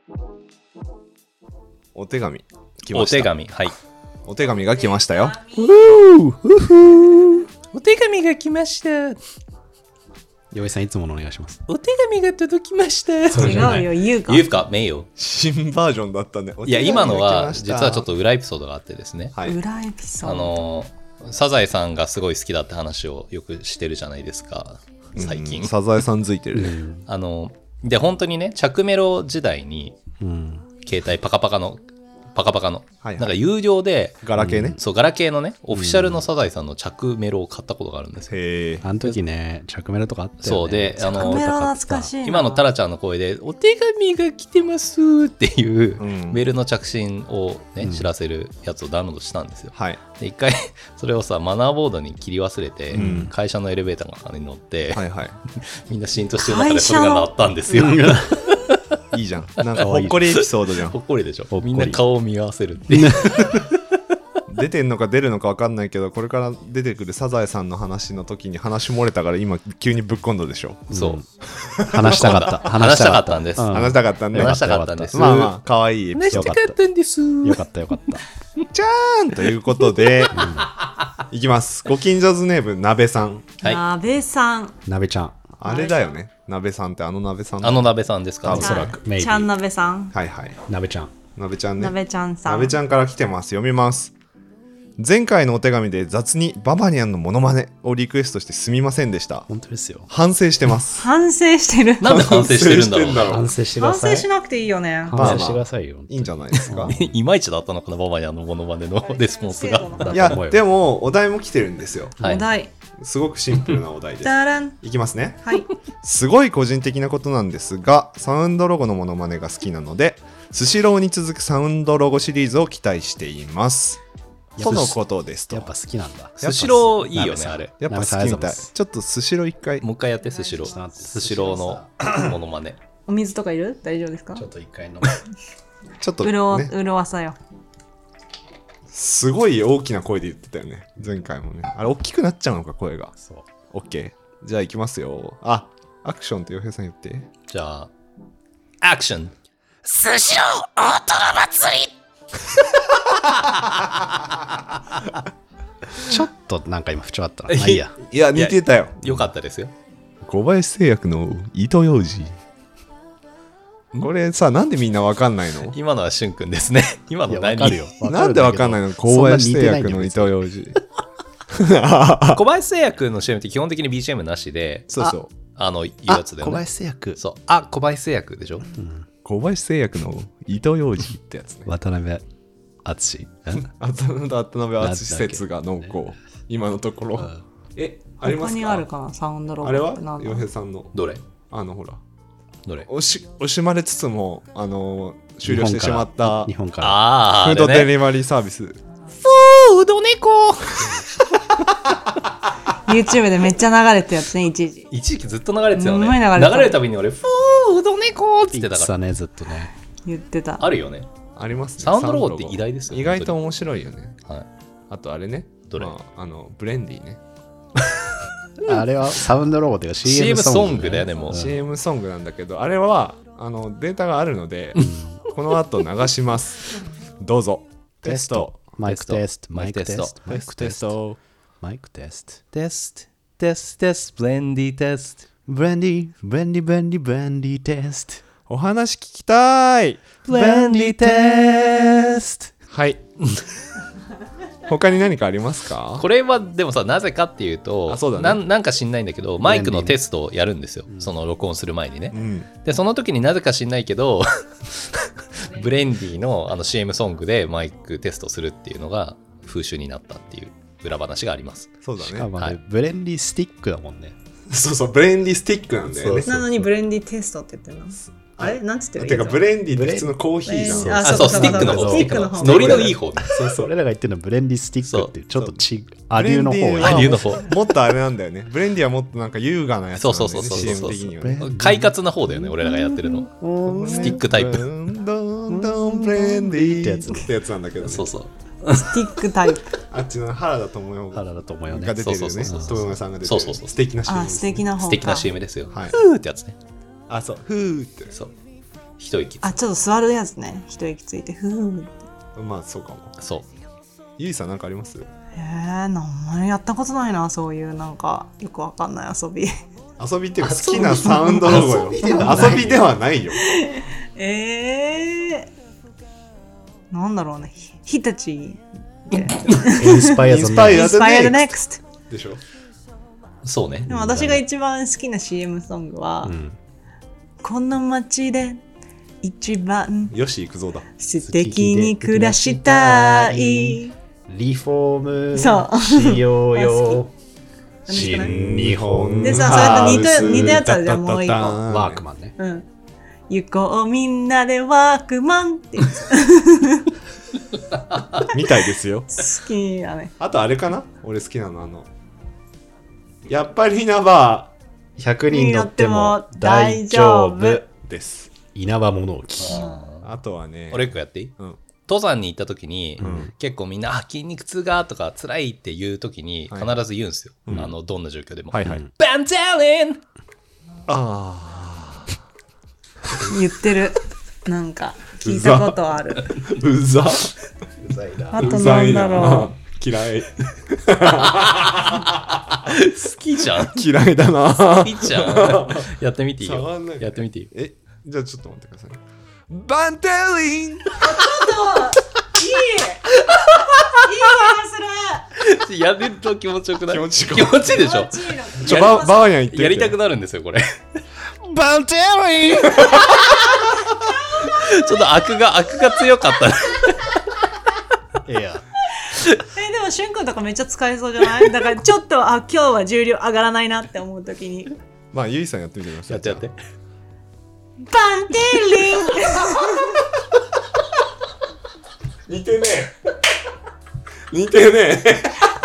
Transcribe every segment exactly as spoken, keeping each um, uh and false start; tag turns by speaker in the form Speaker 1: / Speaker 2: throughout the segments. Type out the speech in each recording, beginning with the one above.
Speaker 1: お手紙来ました。
Speaker 2: お手紙、はい。
Speaker 1: お手紙が来ましたよ。
Speaker 2: お手紙が来ました。
Speaker 3: よいさんいつものお願いします。
Speaker 2: お手紙が届きました。
Speaker 3: それじゃない
Speaker 4: 違うよ、言うか。
Speaker 2: 言うか、名誉。
Speaker 1: 新バージョンだったね。
Speaker 2: いや、今のは実はちょっ
Speaker 1: と、
Speaker 2: と裏エピソードがあってですね。
Speaker 1: はい、
Speaker 4: 裏エピソー
Speaker 2: あ
Speaker 4: ド。
Speaker 2: のー、サザエさんがすごい好きだって話をよくしてるじゃないですか、最近。
Speaker 1: サザエさん付いてるね。
Speaker 2: あのー、で、本当にね、着メロ時代に、
Speaker 3: うん。
Speaker 2: 携帯パカパカの、パカパカの、
Speaker 1: はいはい
Speaker 2: なんか有料で、
Speaker 1: ガラケーね。
Speaker 2: そう、ガラケーのね、オフィシャルのサザエさんの着メロを買ったことがあるんですよ。
Speaker 1: へえ。
Speaker 3: あの時ね、着メロとかあったよね。
Speaker 2: そうで、あの
Speaker 4: カメラ懐かしいな。
Speaker 2: 今のタラちゃんの声で、お手紙が来てますっていう
Speaker 1: うん
Speaker 2: メールの着信をね、
Speaker 3: うん
Speaker 2: 知らせるやつをダウンロードしたんですよ。
Speaker 1: はい。
Speaker 2: で、一回、それをさ、マナーボードに切り忘れて、
Speaker 1: うん
Speaker 2: 会社のエレベーターに乗って、
Speaker 1: はいはい。
Speaker 2: みんな浸透してる中でそれが鳴ったんですよ。
Speaker 1: いいじゃん。なんかほっこりエピソードじゃん
Speaker 2: ほ。っこりでしょ。
Speaker 3: ほっこり
Speaker 2: みんな顔を見合わせるっていう。
Speaker 1: 出てんのか出るのか分かんないけど、これから出てくるサザエさんの話の時に話漏れたから今急にぶっこんだでしょ。
Speaker 2: そう。
Speaker 3: 話したかった。
Speaker 2: 話したかったんです。
Speaker 3: うん
Speaker 1: 話したかったんで。
Speaker 2: 話したかったんです。
Speaker 1: まあまあ、可愛いエピ
Speaker 2: 話
Speaker 1: ソード。
Speaker 2: したかったんです。
Speaker 3: よかったよかった。
Speaker 1: じゃーんということで、いきます。ご近所ズネーム、なべさん。
Speaker 2: はい。
Speaker 4: 鍋さん。
Speaker 3: 鍋ちゃん。
Speaker 1: あれだよね。なべさんってあのなべさん。
Speaker 2: あの鍋さんですか、
Speaker 1: あおそらく
Speaker 3: メイビー
Speaker 4: ちゃん鍋さん。
Speaker 1: はいはい。
Speaker 3: 鍋ちゃん。
Speaker 1: なべちゃんね。
Speaker 4: 鍋ちゃんさん。
Speaker 1: なべちゃんから来てます。読みます。前回のお手紙で雑にババニャンのモノマネをリクエストしてすみませんでした。
Speaker 3: 本当ですよ。
Speaker 1: 反省してます。
Speaker 4: 反省してる。
Speaker 2: なんで反省してるんだろうな。
Speaker 3: 反省してくだ
Speaker 4: 反
Speaker 3: さい。
Speaker 4: 省しなくていいよね。
Speaker 3: 反省してくださいよ。
Speaker 1: いいんじゃないですか。
Speaker 2: いまいちだったのかな、ババニャンのモノマネのレスポンスが。
Speaker 3: だ
Speaker 1: いや
Speaker 3: と思うよ
Speaker 1: でもお題も来てるんですよ。
Speaker 2: はい
Speaker 4: お題。
Speaker 1: すごくシンプルなお題です。
Speaker 4: じゃらん。
Speaker 1: いきますね。
Speaker 4: はい。
Speaker 1: すごい個人的なことなんですが、サウンドロゴのモノマネが好きなので、スシローに続くサウンドロゴシリーズを期待していますとのことですと。
Speaker 3: やっぱ好きなんだ。
Speaker 2: スシローいいよね、
Speaker 3: 鍋さん
Speaker 2: あれ。
Speaker 1: やっぱ好き
Speaker 3: 鍋さんあり
Speaker 1: みたい。
Speaker 3: がとうございます
Speaker 1: ちょっとスシロー一回。
Speaker 2: もう一回やって、スシロー。
Speaker 3: ちょっと待って
Speaker 2: スシローのモノマネ。
Speaker 4: お水とかいる？大丈夫ですか？
Speaker 3: ちょっと一回飲む。
Speaker 1: ちょっと
Speaker 4: 潤
Speaker 1: ね、
Speaker 4: 潤わさよ。
Speaker 1: すごい大きな声で言ってたよね、前回もね。あれ大きくなっちゃうのか、声が。
Speaker 3: そう。
Speaker 1: オッケー。じゃあ行きますよ。あ、アクションって洋平さん言って。
Speaker 2: じゃあ、アクション。
Speaker 5: スシロー大トロ祭り。
Speaker 3: ちょっとなんか今不調あったな。まあいいや。
Speaker 1: いや、似てたよ。
Speaker 2: よかったですよ。
Speaker 1: 小林製薬の糸ようじ。これさ、なんでみんなわかんないの？
Speaker 2: 今のはしゅんくんですね。今
Speaker 3: いや、
Speaker 2: の何
Speaker 3: わかるよ。
Speaker 1: なんでわかんないの？小林製薬の糸ようじ。
Speaker 2: 小林製薬の シーエム って基本的に ビージーエム なしで、
Speaker 1: そうそう。
Speaker 2: あの、いうやつだよ
Speaker 3: 小
Speaker 2: ね。
Speaker 3: 林製薬。
Speaker 2: そう。あ、小林製薬でしょ。
Speaker 1: 小林製薬の糸ようじってやつね。
Speaker 3: 渡辺淳。
Speaker 1: あと渡辺淳説が濃厚。今のところ。え、ありますか？
Speaker 4: 他にあるかな、サウンドロゴ
Speaker 1: あれは
Speaker 4: ってなんだ
Speaker 1: 洋平さんの。
Speaker 2: どれ
Speaker 1: あのほら。
Speaker 2: どれ
Speaker 1: 惜し惜しまれつつも、あのー、終了してしまった
Speaker 3: 日本から。
Speaker 2: あー、
Speaker 1: フード
Speaker 2: あれね。
Speaker 1: デリバリーサービス。
Speaker 2: フード猫
Speaker 4: YouTube でめっちゃ流れてたやつね、一時。
Speaker 2: 一時期ずっと流れてたよね。
Speaker 4: すんごい流れてた
Speaker 2: 流れるたびに俺、フード猫って言ってたから。
Speaker 3: 言ってたね、ずっとね。
Speaker 4: 言ってた。
Speaker 2: あるよね。
Speaker 1: ありますね。
Speaker 2: サウンドロゴって偉大ですよ
Speaker 1: 意外と面白いよね。
Speaker 2: はい。
Speaker 1: あとあれね。
Speaker 2: どれ
Speaker 1: まあ、あの、ブレンディね。
Speaker 3: あれはサウンドロゴっていうか
Speaker 2: シーエム ソング
Speaker 3: ね
Speaker 2: だよね、もう。
Speaker 1: シーエム ソングなんだけど、あれは、あの、データがあるので、この後流します。どうぞ。テスト。
Speaker 3: マイクテスト。マイクテスト。
Speaker 1: マイクテスト。
Speaker 3: マイクテスト。
Speaker 2: テスト、テスト、テスト、ブレンディテスト。
Speaker 3: ブレンディ、ブレンディ、ブレンディ、ブレンディテスト。
Speaker 1: お話聞きたい。
Speaker 2: ブレンディテスト。
Speaker 1: はい。他に何かありますか？
Speaker 2: これはでもさ、なぜかっていうと、
Speaker 1: あそうだね
Speaker 2: なんなんか知んないんだけど、マイクのテストをやるんですよ。その録音する前にね。
Speaker 1: うん。
Speaker 2: で、その時になぜか知んないけど、ブレンディのあの シーエム ソングでマイクテストするっていうのが風習になったっていう裏話があります。
Speaker 1: そうだね。
Speaker 3: しかもね、
Speaker 2: はい
Speaker 3: ブレンディスティックだもんね。
Speaker 1: そうそう、ブレンディスティックなんだよね。
Speaker 4: なのにブレンディテストって言ってるの。あれなんつってる？
Speaker 1: てか、ブレンディって普通のコーヒーじゃん。
Speaker 4: ブレン
Speaker 2: あ、そう、スティックの方。
Speaker 4: スティックの方。
Speaker 2: ノリのいい方ね。
Speaker 1: そうそう。
Speaker 3: 俺らが言ってるのはブレンディスティックっていうちょっとち
Speaker 1: ブ
Speaker 3: アリューの方
Speaker 1: レンディは
Speaker 2: アリューの方
Speaker 1: もっとあれなんだよね。ブレンディはもっとなんか優雅なやつなんだよね。
Speaker 2: そうそうそうそうそう
Speaker 1: シーエム 的にはね。
Speaker 2: 快活な方だよね、俺らがやってるの。スティックタイプ。
Speaker 1: ドンドンドンブレンディってやつってやつなんだけどね。
Speaker 2: そうそう。
Speaker 4: スティックタイプ。
Speaker 1: あっちの原田知世
Speaker 3: 原田知世ね
Speaker 1: が出てるよね。
Speaker 2: そうそうそうそう
Speaker 1: 知世さんが出てる。
Speaker 2: そうそうそう
Speaker 1: 素敵な シーエム
Speaker 4: あ、素敵な方か。
Speaker 2: 素敵な シーエム ですよ。
Speaker 1: はい
Speaker 2: ふーってやつね。
Speaker 1: あ、そう。ふーって。
Speaker 2: そう。 一息つ
Speaker 4: あ、ちょっと座るやつね。一息ついて、ふーって。
Speaker 1: まあそうかも。
Speaker 2: そう
Speaker 1: ゆいさんなんかあります？
Speaker 4: えー、なんもやったことないな、そういうなんかよくわかんない遊び。
Speaker 1: 遊びっていうか好きなサウンドロゴよ。遊びではないよ。
Speaker 4: えー、なんだろうね。日立で。
Speaker 3: インスパイア
Speaker 1: インスパイア
Speaker 4: Inspired Next。
Speaker 1: でしょ。
Speaker 2: そうね
Speaker 4: でも私が一番好きな シーエム ソングは、
Speaker 3: うん、
Speaker 4: この街で一番
Speaker 1: よし行くぞだ。
Speaker 4: 素敵に暮らしたい。
Speaker 3: リフォーム
Speaker 4: そう
Speaker 3: しようよ。
Speaker 1: 新日本
Speaker 4: でさ、それと似た似たやつあるじゃん、もう一個。
Speaker 3: ワークマンね。
Speaker 4: うん。行こうみんなでワークマンってやつ
Speaker 1: みたいですよ。
Speaker 4: 好きやね。
Speaker 1: あとあれかな、俺好きなのあのやっぱり稲葉
Speaker 3: ひゃくにん乗っても大丈夫
Speaker 1: です。
Speaker 3: 稲葉物置。
Speaker 1: あとはね、
Speaker 2: 俺一個やっていい？
Speaker 1: うん、
Speaker 2: 登山に行った時に、
Speaker 1: ん
Speaker 2: 結構みんなあ筋肉痛がとか辛いっていう時に
Speaker 1: はい
Speaker 2: 必ず言うんですよ、
Speaker 1: うん
Speaker 2: あのどんな状況でも、
Speaker 1: はいはい、
Speaker 2: バンテリン
Speaker 1: あ
Speaker 4: 言ってる。なんか聞いたことある。
Speaker 1: ーうざ
Speaker 3: うざいな。
Speaker 4: あとなんだろ
Speaker 1: 嫌い
Speaker 2: 好きじゃん好
Speaker 1: 嫌いだな。
Speaker 2: きじゃんやってみていいよ
Speaker 1: 触んないで
Speaker 2: やってみていいよ
Speaker 1: え、じゃあちょっと待ってくださいね。バンテリン
Speaker 4: いいいい気
Speaker 2: やると気持ちよくない
Speaker 1: 気持ちいい
Speaker 2: 気持ちいいでしょ
Speaker 4: がする。気持ちいいの。
Speaker 1: ちょババーヤン言ってみて。
Speaker 2: やりたくなるんですよこれ
Speaker 1: バンテリン
Speaker 2: ちょっとアクがアクが強かった
Speaker 3: いや。
Speaker 4: えでもしゅんくんとかめっちゃ使えそうじゃない？だからちょっとあ今日は重量上がらないなって思うときに
Speaker 1: まあゆいさんやってみてください。
Speaker 2: やってやって
Speaker 4: バンテリン
Speaker 1: 似てねえ似てねえ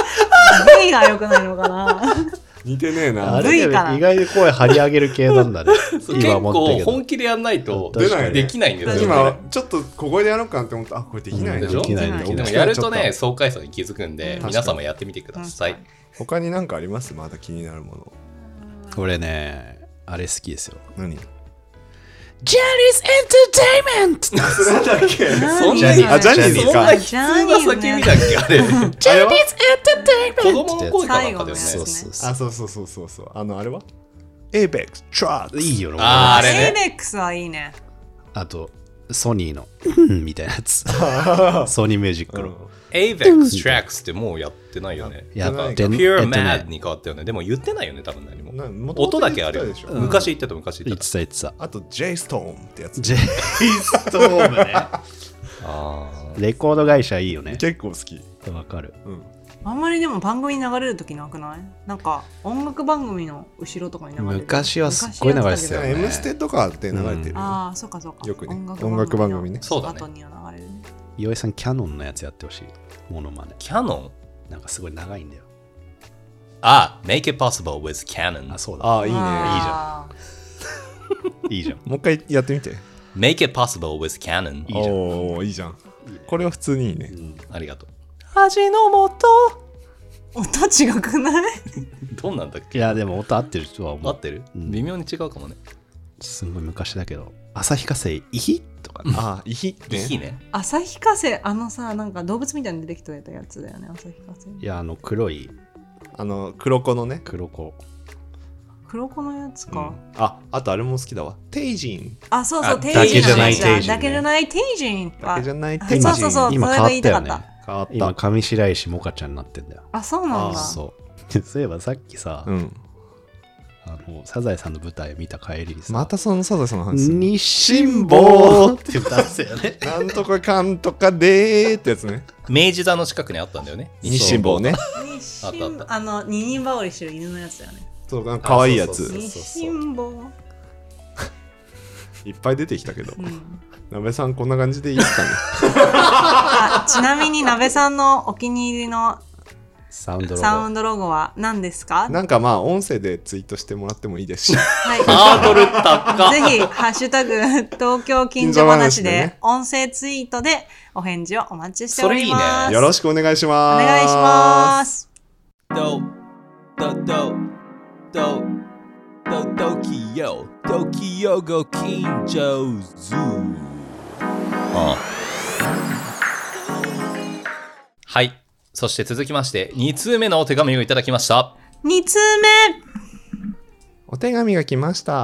Speaker 4: V が良くないのかな。
Speaker 1: 似てねえな。
Speaker 3: あ
Speaker 4: れ
Speaker 3: れ意外に声張り上げる系なんだね。
Speaker 2: 結
Speaker 3: 今思った
Speaker 2: 構
Speaker 3: けど。
Speaker 2: 本気でやんないと
Speaker 1: 出ないね
Speaker 2: できないんですよ
Speaker 1: 今ちょっと小声でやろうかなって思った。あ、これできないな。
Speaker 2: でしょ
Speaker 3: できない
Speaker 4: ね
Speaker 2: でもやるとね爽快さに気づくんで
Speaker 4: うん
Speaker 2: 皆様やってみてください
Speaker 1: 他に何かあります？まだ気になるもの。
Speaker 3: 俺ね、あれ好きですよ。
Speaker 1: 何？
Speaker 3: ジャニーズエンターテイメント。
Speaker 1: それなんだっけ？
Speaker 4: 何
Speaker 3: ジャニーズ
Speaker 1: あ、ジャニーズか。
Speaker 2: そんな悲痛な叫びだっけあれ
Speaker 3: ジャニーズエンターテイメント。
Speaker 2: 子供の声かなんかだよね
Speaker 4: 最後のやつ
Speaker 3: そうそうそう。
Speaker 1: あ、そうそうそうそうそう。あのあれは？エイベックストラック。
Speaker 3: いいよな。
Speaker 2: あーあれね
Speaker 4: エイベックスはいいね。
Speaker 3: あと、ソニーの、うんみたいなやつ。ソニーミュージックの。
Speaker 2: エイベックス Tracks ってもうやってないよね。
Speaker 3: や
Speaker 2: なんか
Speaker 3: ってん
Speaker 2: Pure
Speaker 3: やってない
Speaker 2: Mad に変わったよね。でも言ってないよね、多分何も。
Speaker 1: な元々
Speaker 2: 音だけあるよ
Speaker 1: 言ってたでしょ。
Speaker 2: 昔言ってた、昔言
Speaker 3: 言って
Speaker 2: ってた。
Speaker 3: た言ってた。
Speaker 1: あと J ストーンってやつ。
Speaker 3: ジェイストームね。
Speaker 2: あ
Speaker 3: レコード会社いいよね。
Speaker 1: 結構好き。
Speaker 3: わかる。
Speaker 1: うん。
Speaker 4: あんまりでも番組に流れるときなくない？なんか音楽番組の後ろとかに流れてる。
Speaker 3: 昔はすっごい流れてたよね
Speaker 1: M ステとかって流れてる。
Speaker 4: ああ、そうかそうか。
Speaker 1: よくね音楽番組ね
Speaker 2: そうだね
Speaker 4: 後には流れるね。
Speaker 3: 岩井さん、キャノンのやつやってほしい。モノマネ。
Speaker 2: キャノン
Speaker 3: なんかすごい長いんだよ。
Speaker 2: あ、Make It Possible with Canon
Speaker 3: あ、そうだ。
Speaker 1: ああ、いいね。
Speaker 4: あ
Speaker 3: いいじゃん。
Speaker 1: もう一回やってみて。
Speaker 2: Make It Possible with Canon
Speaker 3: いいじゃん
Speaker 1: おお、いいじゃん。これは普通にいいね。
Speaker 2: ありがとう。味の素
Speaker 4: ー音違くない？
Speaker 2: どんなんだっけ
Speaker 3: いや、でも音合ってるとは思う。
Speaker 2: 合ってる
Speaker 3: うん
Speaker 2: 微妙に違うかもね。
Speaker 3: すごい昔だけど、旭化成、イヒとかね。
Speaker 1: ああ、いい
Speaker 2: いいね。
Speaker 4: 旭化成、あのさ、なんか動物みたいに出てきたやつだよね、旭化成。
Speaker 3: いや、あの黒い
Speaker 1: あの、黒子のね。
Speaker 3: 黒子。
Speaker 4: 黒子のやつか。
Speaker 1: あ、あとあれも好きだわ。テイジン。
Speaker 4: あ、そうそう、
Speaker 2: あ
Speaker 4: テイジン
Speaker 3: だけじゃない
Speaker 4: のやつ
Speaker 3: テイジンね
Speaker 4: だけじゃないテイジン。
Speaker 1: だけじゃない
Speaker 4: あ
Speaker 1: テイジン。
Speaker 4: そうそうそう、
Speaker 3: 今
Speaker 4: それが言いたかった。
Speaker 3: 変わったよね
Speaker 1: 変わった。
Speaker 3: 今、上白石萌歌ちゃんになってんだよ。
Speaker 4: あ、そうなんだ。
Speaker 3: そう。そういえばさっきさ、
Speaker 1: うん。
Speaker 3: あのサザエさんの舞台見た帰りにさ、
Speaker 1: またそのサザエさんの話する。
Speaker 3: 日進坊って歌ってたよね。
Speaker 1: なんとかかんとかでーってやつね。
Speaker 2: 明治座の近くにあったんだよね。
Speaker 1: 日進坊ね。
Speaker 4: 日
Speaker 2: あったあっ
Speaker 4: 進あの、二人羽織してる犬のやつだよね。
Speaker 1: そう、なんか可愛いやつ
Speaker 2: そうそう。
Speaker 4: 日進坊。
Speaker 1: いっぱい出てきたけど。
Speaker 4: うん
Speaker 1: なべさんこんな感じでいいですかね。
Speaker 4: あちなみに、なべさんのお気に入りの
Speaker 3: サウンドロゴ。
Speaker 4: サウンドロゴは何ですか？
Speaker 1: なんかまあ音声でツイートしてもらってもいいですし。
Speaker 4: はい。
Speaker 2: ハードル高っ。
Speaker 4: ぜひ、ハッシュタグ、東京近所話で、音声ツイートでお返事をお待ちしております。
Speaker 2: それいいね
Speaker 1: よろしくお願いします。
Speaker 4: お願いします。
Speaker 2: ドドドドドドドキヨ
Speaker 6: 時をご近所ズー。
Speaker 2: ああはい。そして続きまして、に通目のお手紙をいただきました。
Speaker 4: に通目
Speaker 1: お手紙が来ました。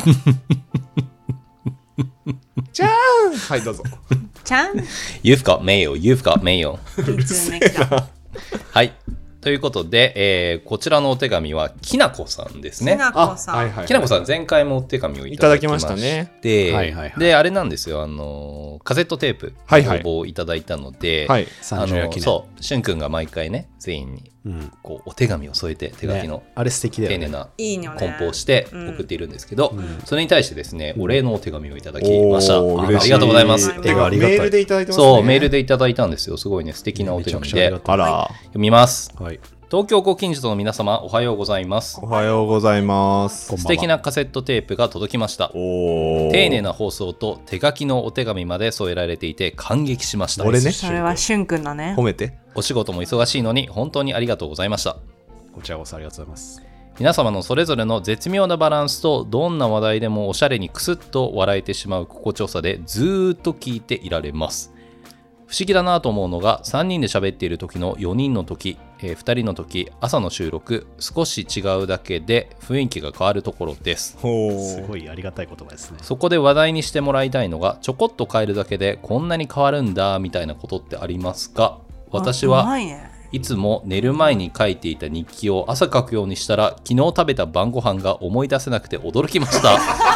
Speaker 1: じゃーん。はい、どうぞ。
Speaker 4: ちゃん
Speaker 2: You've got mail, you've got mail。
Speaker 4: に通目来た。
Speaker 2: はい。ということで、えー、こちらのお手紙はきなこさんですね。
Speaker 4: きなこさん、
Speaker 1: はいはいはい、
Speaker 2: きなこさん前回もお手紙をいただきまして
Speaker 1: いただきましたね。
Speaker 3: はいはいはい、
Speaker 2: であれなんですよ、あのカセットテープ
Speaker 1: はいはい
Speaker 2: 応募をいただいたので、
Speaker 1: はい、
Speaker 2: あの
Speaker 3: さんじゅう記念
Speaker 2: そうしゅんくんが毎回ね全員に
Speaker 3: うん
Speaker 2: こうお手紙を添えて手書きの
Speaker 3: ね、あれ素敵だよね。
Speaker 2: 丁寧ない
Speaker 4: いのね
Speaker 2: 梱包して送っているんですけど、
Speaker 3: うん
Speaker 2: それに対してですね、お礼のお手紙をいただきました。
Speaker 1: おー嬉しい
Speaker 2: あありがとうございます。
Speaker 1: てか
Speaker 3: ありがたい
Speaker 1: メールでいただいてますね。
Speaker 2: そうメールでいただいたんですよ。すごいね素敵なお手紙で
Speaker 3: めちゃくちゃありがたい
Speaker 1: あら、
Speaker 2: 読みます。
Speaker 3: はい。
Speaker 2: 東京ご近所の皆様おはようございます。
Speaker 1: おはようございます。
Speaker 3: こんばんは
Speaker 2: 素敵なカセットテープが届きました。
Speaker 1: おー
Speaker 2: 丁寧な放送と手書きのお手紙まで添えられていて感激しました。
Speaker 1: 俺ね
Speaker 4: それはしゅんくんだね。
Speaker 1: 褒めて。
Speaker 2: お仕事も忙しいのに本当にありがとうございました。
Speaker 3: こちらこそありがとうございます。
Speaker 2: 皆様のそれぞれの絶妙なバランスとどんな話題でもおしゃれにクスッと笑えてしまう心地よさでずーっと聞いていられます。不思議だなと思うのがさんにんで喋っている時のよにんの時、えー、ふたりの時、朝の収録少し違うだけで雰囲気が変わるところです。
Speaker 1: ほ
Speaker 3: す
Speaker 1: ー
Speaker 3: ごいありがたい言葉ですね。
Speaker 2: そこで話題にしてもらいたいのがちょこっと変えるだけでこんなに変わるんだみたいなことってありますか？私
Speaker 4: あう
Speaker 2: は
Speaker 4: まいね。
Speaker 2: いつも寝る前に書いていた日記を朝書くようにしたら昨日食べた晩ご飯が思い出せなくて驚きました。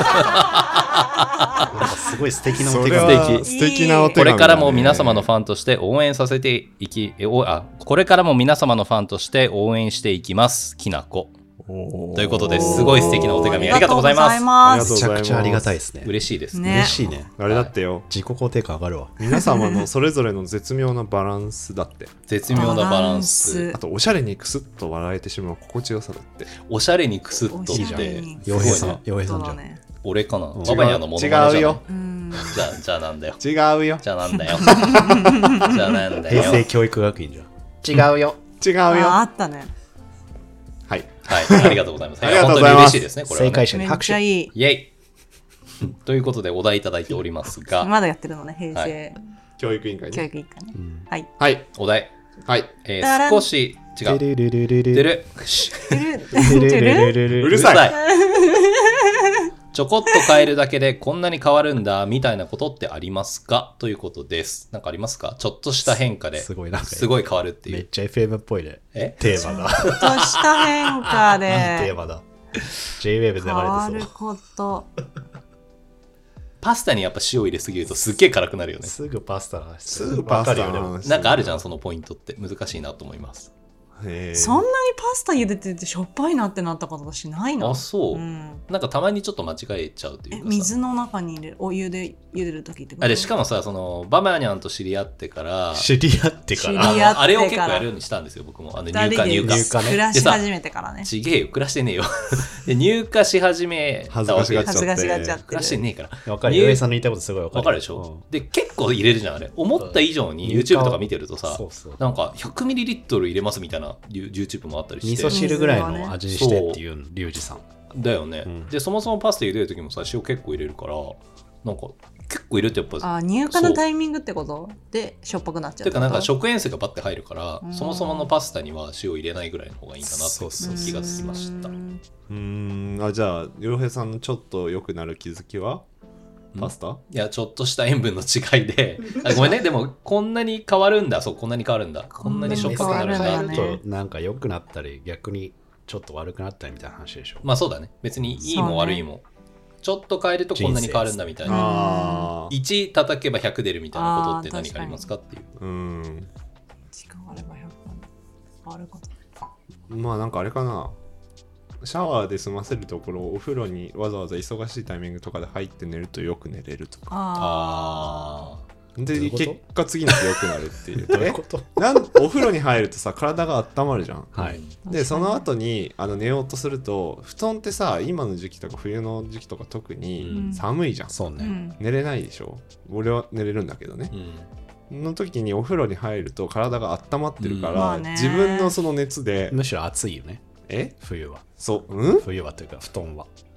Speaker 3: なんかすごい素敵なお手
Speaker 1: それ
Speaker 3: 紙。
Speaker 1: は素敵なお手紙だね。
Speaker 2: これからも皆様のファンとして応援させていきえおあこれからも皆様のファンとして応援していきますきなこ。
Speaker 1: おー
Speaker 2: ということですごい素敵なお手紙ありがとうございます。
Speaker 1: ありがとうございます
Speaker 3: めちゃくちゃありがたいですね。
Speaker 2: 嬉しいです
Speaker 4: ね
Speaker 3: 嬉しいね。
Speaker 1: あれだってよ、
Speaker 3: 自己肯定感上がるわ。
Speaker 1: 皆様のそれぞれの絶妙なバランスだって。
Speaker 2: 絶妙なバランス。
Speaker 1: あとおしゃれにクスッと笑えてしまう心地よさだって。
Speaker 2: おしゃれにクスッと
Speaker 4: おしゃ
Speaker 2: って
Speaker 4: れに
Speaker 3: 洋平さん
Speaker 2: すごいね、
Speaker 3: 洋平さんじゃん。
Speaker 4: ね。
Speaker 2: 俺かな
Speaker 3: うん
Speaker 2: ババヤのものまねじ
Speaker 1: 違
Speaker 2: ゃない
Speaker 1: うよ。
Speaker 4: うん
Speaker 2: じゃあじゃあなんだよ
Speaker 1: 違うよ。
Speaker 2: じゃあなんだよじゃあなんだよ
Speaker 3: 平成教育学院じゃん。
Speaker 2: 違うよ。
Speaker 1: 違うよ。
Speaker 4: ああったね。
Speaker 1: はい。
Speaker 2: はい、ありがとうございます。
Speaker 1: ありがとうご
Speaker 2: 本
Speaker 1: ざいます
Speaker 2: 当に嬉しいですね、これは、ね。
Speaker 3: 正解者
Speaker 4: めっ
Speaker 3: に拍手。
Speaker 4: ちゃいい。
Speaker 2: イェイということで、お題いただいておりますが、
Speaker 4: まだやってるのね、平成
Speaker 1: 教育委員会
Speaker 4: 教
Speaker 1: ね。
Speaker 4: 育委員会ね。
Speaker 3: うん
Speaker 4: はい。
Speaker 1: はい。
Speaker 2: お題、
Speaker 1: はい。
Speaker 2: え
Speaker 4: だらん
Speaker 2: ー、少し違う。
Speaker 3: てるるるるる
Speaker 2: 出る。し
Speaker 4: てる
Speaker 3: てる
Speaker 4: てる
Speaker 3: るるるる
Speaker 1: うるさい。
Speaker 2: ちょこっと変えるだけでこんなに変わるんだみたいなことってありますかということです。なんかありますか？ちょっとした変化です
Speaker 3: ごいなんか
Speaker 2: すごい変わるっていう。
Speaker 3: めっちゃ エフエム っぽいね。
Speaker 2: え
Speaker 3: テーマが。
Speaker 4: ちょっとした変化
Speaker 3: いいテー
Speaker 4: で
Speaker 3: マだ。ジェイウェーブで
Speaker 4: 変わ
Speaker 3: 流れて
Speaker 4: ること。
Speaker 2: パスタにやっぱ塩入れすぎるとすっげえ辛くなるよね
Speaker 3: そう。。すぐパスタの話
Speaker 1: すぐパスタの
Speaker 3: わかるよね。
Speaker 1: 話。
Speaker 2: なんかあるじゃん、そのポイントって。難しいなと思います。
Speaker 1: へー
Speaker 4: そんなにパスタ茹でててしょっぱいなってなったことしないの？
Speaker 2: あ、そう。
Speaker 4: うん。
Speaker 2: なんかたまにちょっと間違えちゃうとい
Speaker 4: え
Speaker 2: うかさ。
Speaker 4: 水の中に入れるお湯で茹でるときってこと？
Speaker 2: あれしかもさ、そのババニャンと知り合ってから、
Speaker 3: 知り合ってから。
Speaker 4: 知り合ってから
Speaker 2: あのあれを結構やるようにしたんですよ、僕も。あの入荷、
Speaker 4: 二人で
Speaker 2: 入荷。
Speaker 3: 入荷ね
Speaker 4: 暮らし始めてからね。
Speaker 2: ちげえよ、暮らしてねえよ。で、入荷し始めたわけです。
Speaker 4: 恥ずかしがっちゃって
Speaker 2: 暮らして
Speaker 4: る。
Speaker 2: ねえから。
Speaker 3: わかる。
Speaker 2: 入
Speaker 3: 洋平さんの言いたいことすごいわかる。
Speaker 2: わかるでしょ、で、結構入れるじゃん、あれ。思った以上に
Speaker 3: うん
Speaker 2: YouTube とか見てるとさ、
Speaker 3: そうそう。
Speaker 2: なんか ひゃくミリリットル 入れますみたいな YouTube もあったりして。
Speaker 3: 味噌汁ぐらいの味にしてっていうリュウジさん。
Speaker 2: だよね、
Speaker 3: うん
Speaker 2: で、そもそもパスタ茹でるときもさ、塩結構入れるから、なんか結構入れるとやっぱ、
Speaker 4: あ、入荷のタイミングってことでしょっぱくなっちゃうってこと。
Speaker 2: てかなんか食塩水がバッて入るから、
Speaker 4: うん
Speaker 2: そもそものパスタには塩入れないぐらいの方がいいんだなって
Speaker 3: そうそう
Speaker 2: 気がつきました。
Speaker 4: うん
Speaker 1: うーん。あ、じゃあ、洋平さんのちょっと良くなる気づきはパスタ？
Speaker 2: いや、ちょっとした塩分の違いで、あごめんね、でもこんなに変わるんだ、そう、こんなに変わるんだ、こんなにしょっぱくなるん
Speaker 4: 変わ
Speaker 2: だ
Speaker 4: るんだね
Speaker 3: となんか良くなったり逆にちょっと悪くなったりみたいな話でしょ。
Speaker 2: まあそうだね、別にいいも悪いも、ちょっと変えるとこんなに変わるんだみたいな。
Speaker 1: あ
Speaker 2: いち叩けばひゃく出るみたいなことって何かありますかっていう。
Speaker 1: ー。うーん。
Speaker 4: 時間あればひゃく変わること。
Speaker 1: まあなんかあれかな。シャワーで済ませるところをお風呂にわざわざ忙しいタイミングとかで入って寝るとよく寝れるとか。
Speaker 4: あ
Speaker 2: あ
Speaker 1: で、
Speaker 3: どういうこと
Speaker 1: 結果次の日良くなるっていう。
Speaker 3: どういうこと？
Speaker 1: えなんお風呂に入るとさ、体が温まるじゃん。
Speaker 2: あ。
Speaker 3: はい。
Speaker 1: で、その後にあの寝ようとすると、布団ってさ、今の時期とか冬の時期とか特
Speaker 2: う
Speaker 1: に
Speaker 2: ん
Speaker 1: 寒いじゃん。
Speaker 3: そうね。
Speaker 4: うん。
Speaker 1: 寝れないでしょ。俺は寝れるんだけどね。
Speaker 2: うん。
Speaker 1: の時にお風呂に入ると体が温まってるから、
Speaker 2: うん
Speaker 4: まあね
Speaker 1: 自分のその熱で、
Speaker 3: むしろ暑いよね。
Speaker 1: え
Speaker 3: 冬は。
Speaker 1: そう、うん
Speaker 3: 冬はというか布団は。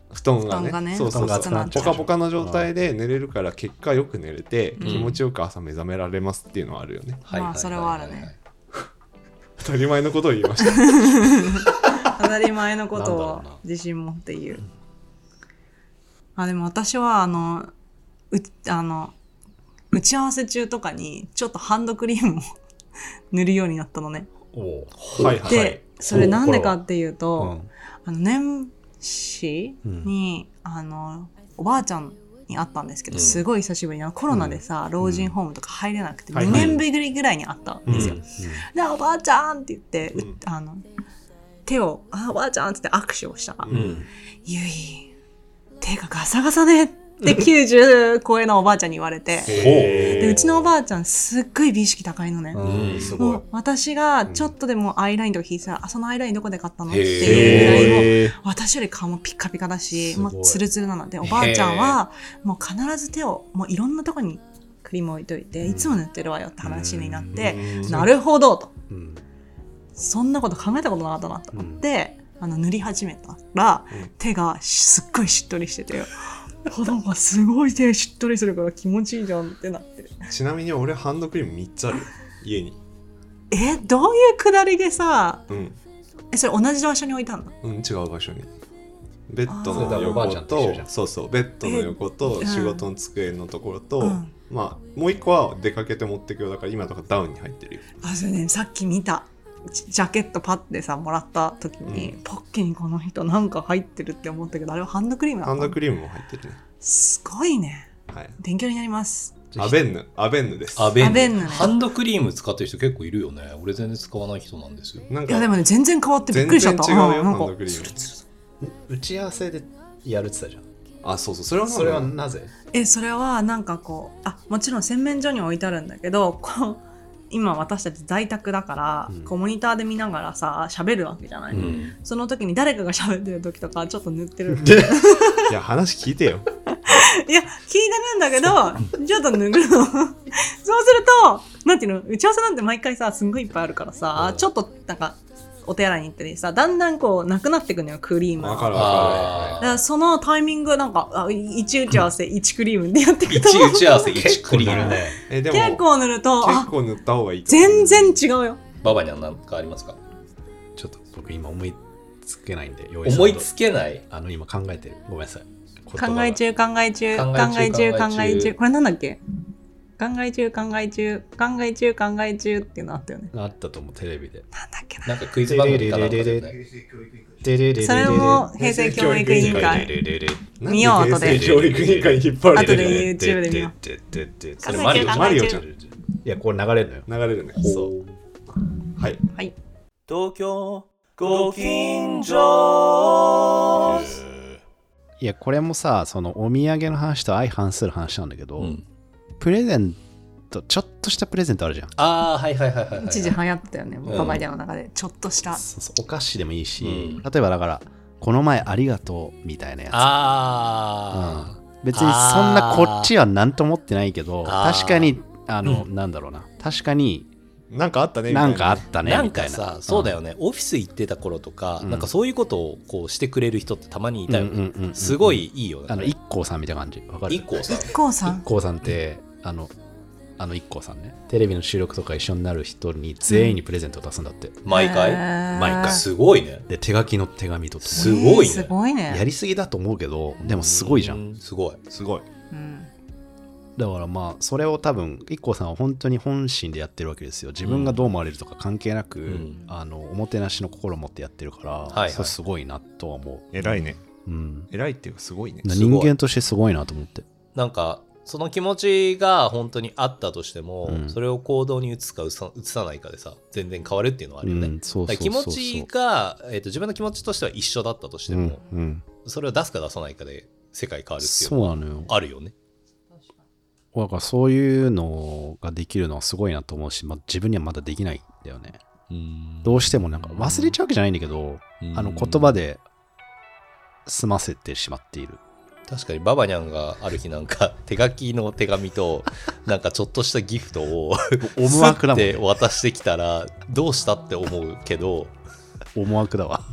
Speaker 1: 布団がね
Speaker 4: 布団がね
Speaker 1: そうそうそう
Speaker 3: 布団が
Speaker 1: ポカポカの状態で寝れるから結果よく寝れて、
Speaker 2: ん
Speaker 1: 気持ちよく朝目覚められますっていうのはあるよね。
Speaker 4: まあそれはあるね。
Speaker 1: 当たり前のことを言いました
Speaker 4: 当たり前のことを
Speaker 3: なんだろうな
Speaker 4: 自信持って言う。あでも私はあのうあの打ち合わせ中とかにちょっとハンドクリームを塗るようになったのね。
Speaker 3: おう
Speaker 1: はいはい
Speaker 4: でそれなんでかっていう
Speaker 3: う
Speaker 4: と、
Speaker 3: ん
Speaker 4: あの年始に、あのおばあちゃんに会ったんですけど、
Speaker 2: うん
Speaker 4: すごい久しぶりにコロナでさ、老人ホームとか入れなくて、
Speaker 1: はい
Speaker 4: にねんぶりぐらいに会ったんですよ。
Speaker 1: うん
Speaker 4: でおばあちゃんって言って、う
Speaker 1: うん
Speaker 4: あの手をあおばあちゃんって言って握手をしたら、
Speaker 2: うん
Speaker 4: ゆい手がガサガサねってきゅうじゅう超えのおばあちゃんに言われて、
Speaker 1: へー
Speaker 4: でうちのおばあちゃんすっごい美意識高いのね。
Speaker 3: うんすごい
Speaker 4: もう私がちょっとでもアイラインとか引いてたら、あそのアイラインどこで買ったのっていうぐらいもう
Speaker 3: へー
Speaker 4: 私より顔もピッカピカだし、
Speaker 3: すごい
Speaker 4: もうツルツルなので、おばあちゃんはもう必ず手をもういろんなとこにクリーム置いといて、いつも塗ってるわよって話になって、
Speaker 1: うん
Speaker 4: なるほどと、
Speaker 3: うん
Speaker 4: そんなこと考えたことなかったなと思って、あの塗り始めたら、
Speaker 1: うん
Speaker 4: 手がすっごいしっとりしてて、あなんかすごい手しっとりするから気持ちいいじゃんってなってる。
Speaker 1: ちなみに俺ハンドクリームみっつあるよ家に。
Speaker 4: えどういうくだりでさ、
Speaker 1: うん
Speaker 4: えそれ同じ場所に置いたんだ。
Speaker 1: うん違う場所にベッド
Speaker 3: それ
Speaker 1: の横
Speaker 3: 多分おばあちゃんと一緒じゃん
Speaker 1: とそうそうベッドの横と
Speaker 4: え
Speaker 1: 仕事の机のところと、
Speaker 4: うん
Speaker 1: まあもう一個は出かけて持ってくよだから今とかダウンに入ってるよ。
Speaker 4: あそれねさっき見たジジャケットパッてさもらった時に、
Speaker 1: うん
Speaker 4: ポッケにこの人なんか入ってるって思ったけど、あれはハンドクリームなの
Speaker 1: ハンドクリームも入ってるね。
Speaker 4: すごいね。
Speaker 1: はい。勉
Speaker 4: 勉強になります。
Speaker 1: アベンヌアベンヌです。
Speaker 2: アベンヌ
Speaker 4: アベンヌね
Speaker 2: ハンドクリーム使ってる人結構いるよね。俺全然使わない人なんですよ。
Speaker 1: なんか
Speaker 4: いやでもね全然変わってびっくりしちゃった。
Speaker 1: 全然違うよ
Speaker 4: うんなんか
Speaker 1: ハンドクリーム。
Speaker 3: 打ち合わせでやるって言ってたじゃん。
Speaker 1: あそうそうそれは
Speaker 3: それはなぜ？
Speaker 4: えそれはなんかこうあもちろん洗面所に置いてあるんだけど、こう今私たち在宅だから、
Speaker 3: うん
Speaker 4: こうモニターで見ながらさ喋るわけじゃない、
Speaker 2: うん
Speaker 4: その時に誰かが喋ってる時とかちょっと塗ってる
Speaker 1: いや話聞いてよ。
Speaker 4: いや聞いてるんだけどちょっと塗るのそうするとなんていうの打ち合わせなんて毎回さすんごいいっぱいあるからさ、ちょっとなんかお手洗いに行ったりさだんだんこうなくなってくのよクリームが
Speaker 1: わかる
Speaker 4: だ
Speaker 1: わ
Speaker 4: からそのタイミングなんかあいち打ち合わせいちクリームでやっていく
Speaker 2: 一
Speaker 4: と
Speaker 2: 打ち合わせいちクリーム
Speaker 3: ね。
Speaker 1: かる。えでも
Speaker 4: 結構塗るとあ
Speaker 1: 結構塗った方がいいかも。
Speaker 4: 全然違うよ。
Speaker 2: ババニャンなんかありますか？
Speaker 3: ちょっと僕今思いつけないんで、
Speaker 2: 思いつけない。
Speaker 3: あの今考えてる。ごめんなさい。
Speaker 4: 考え中考え中考
Speaker 2: 考え
Speaker 4: え
Speaker 2: 中
Speaker 4: 中考え中これなんだっけ考え中考え中考え中考え中っていうのあったよね。
Speaker 3: あったと思うテレビで。
Speaker 4: なんだっけな。
Speaker 2: なんかクイズ番組かなんかだよね。
Speaker 4: それも平成教育委員会見よう後で
Speaker 1: 平成教育委員会に引っ張られてるね。
Speaker 4: 後で YouTube で見よう。
Speaker 3: それ
Speaker 2: マリオじゃん
Speaker 1: マリオじゃん。
Speaker 3: いやこれ流れるのよ。
Speaker 1: 流れるね。
Speaker 3: そう。
Speaker 1: はい。
Speaker 4: はい。
Speaker 6: 東京ご近所
Speaker 3: いやこれもさ、そのお土産の話と相反する話なんだけど、
Speaker 2: うん
Speaker 3: プレゼントちょっとしたプレゼントあるじゃん。
Speaker 2: ああはいはいはいはいはい。
Speaker 4: 一時流行ってたよね。
Speaker 2: ん
Speaker 4: ババリアの中でちょっとした。
Speaker 3: そうそうお菓子でもいいし、
Speaker 2: うん
Speaker 3: 例えばだからこの前ありがとうみたいなやつ。
Speaker 2: あ
Speaker 3: うん別にそんなこっちは何と思ってないけど、
Speaker 2: あー
Speaker 3: 確かにあの、なんだろうな、確かに
Speaker 1: なんかあったねみたい
Speaker 3: なんかあった
Speaker 2: あ。
Speaker 3: ね
Speaker 2: なん
Speaker 3: みたいな。
Speaker 2: かさ、そうだよね。オフィス行ってた頃とか、
Speaker 3: うん
Speaker 2: なんかそういうことをこうしてくれる人ってたまにいたよね。
Speaker 3: うんうんうんうん
Speaker 2: すごいいいよね。
Speaker 3: あの イッコーさんみたいな感じ。わかる？
Speaker 2: 一個さ。
Speaker 4: こうさん。
Speaker 3: イッコーさんってあのあの イッコーさんね、テレビの収録とか一緒になる人に全員にプレゼントを出すんだって。
Speaker 2: 毎回。
Speaker 3: 毎回
Speaker 2: すごいね。
Speaker 3: で手書きの手紙とと
Speaker 2: す
Speaker 3: も
Speaker 2: ごいね。
Speaker 4: すごいね。
Speaker 3: にやりすぎだと思うけど、でもすごいじゃん。
Speaker 2: う。すごい。
Speaker 1: すごい。
Speaker 4: うん
Speaker 3: だからまあそれを多分 イッコーさんは本当に本心でやってるわけですよ。自分がどう思われるとか関係なく、
Speaker 2: ん
Speaker 3: あのおもてなしの心を持ってやってるから、
Speaker 2: はいはい
Speaker 3: それすごいなとは思
Speaker 1: 偉いね。
Speaker 3: う。うん。
Speaker 1: 偉いっていうかすごいね。
Speaker 2: すごい
Speaker 3: 人間としてすごいなと思って。
Speaker 2: なんかその気持ちが本当にあったとしても、
Speaker 3: うん
Speaker 2: それを行動に移すか移さ移さないかでさ全然変わるっていうのはあるよね、
Speaker 3: うんそうそうそうそう
Speaker 2: だから気持ちが、えー、と自分の気持ちとしては一緒だったとして
Speaker 3: うん
Speaker 2: も、
Speaker 3: うん、
Speaker 2: それを出すか出さないかで世界変わるっていう
Speaker 3: そ
Speaker 2: のは
Speaker 3: うなのよ。
Speaker 2: あるよね。
Speaker 3: だからそういうのができるのはすごいなと思うし、まあ、自分にはまだできないんだよね。
Speaker 2: うん
Speaker 3: どうしてもなんか忘れちゃうわけじゃないんだけど、あの言葉で済ませてしまっている。
Speaker 2: 確かにババニャンがある日なんか手書きの手紙となんかちょっとしたギフトを
Speaker 3: 思惑だもんね
Speaker 2: スッて渡してきたらどうしたって思うけど、
Speaker 3: 思惑だわ。
Speaker 2: うん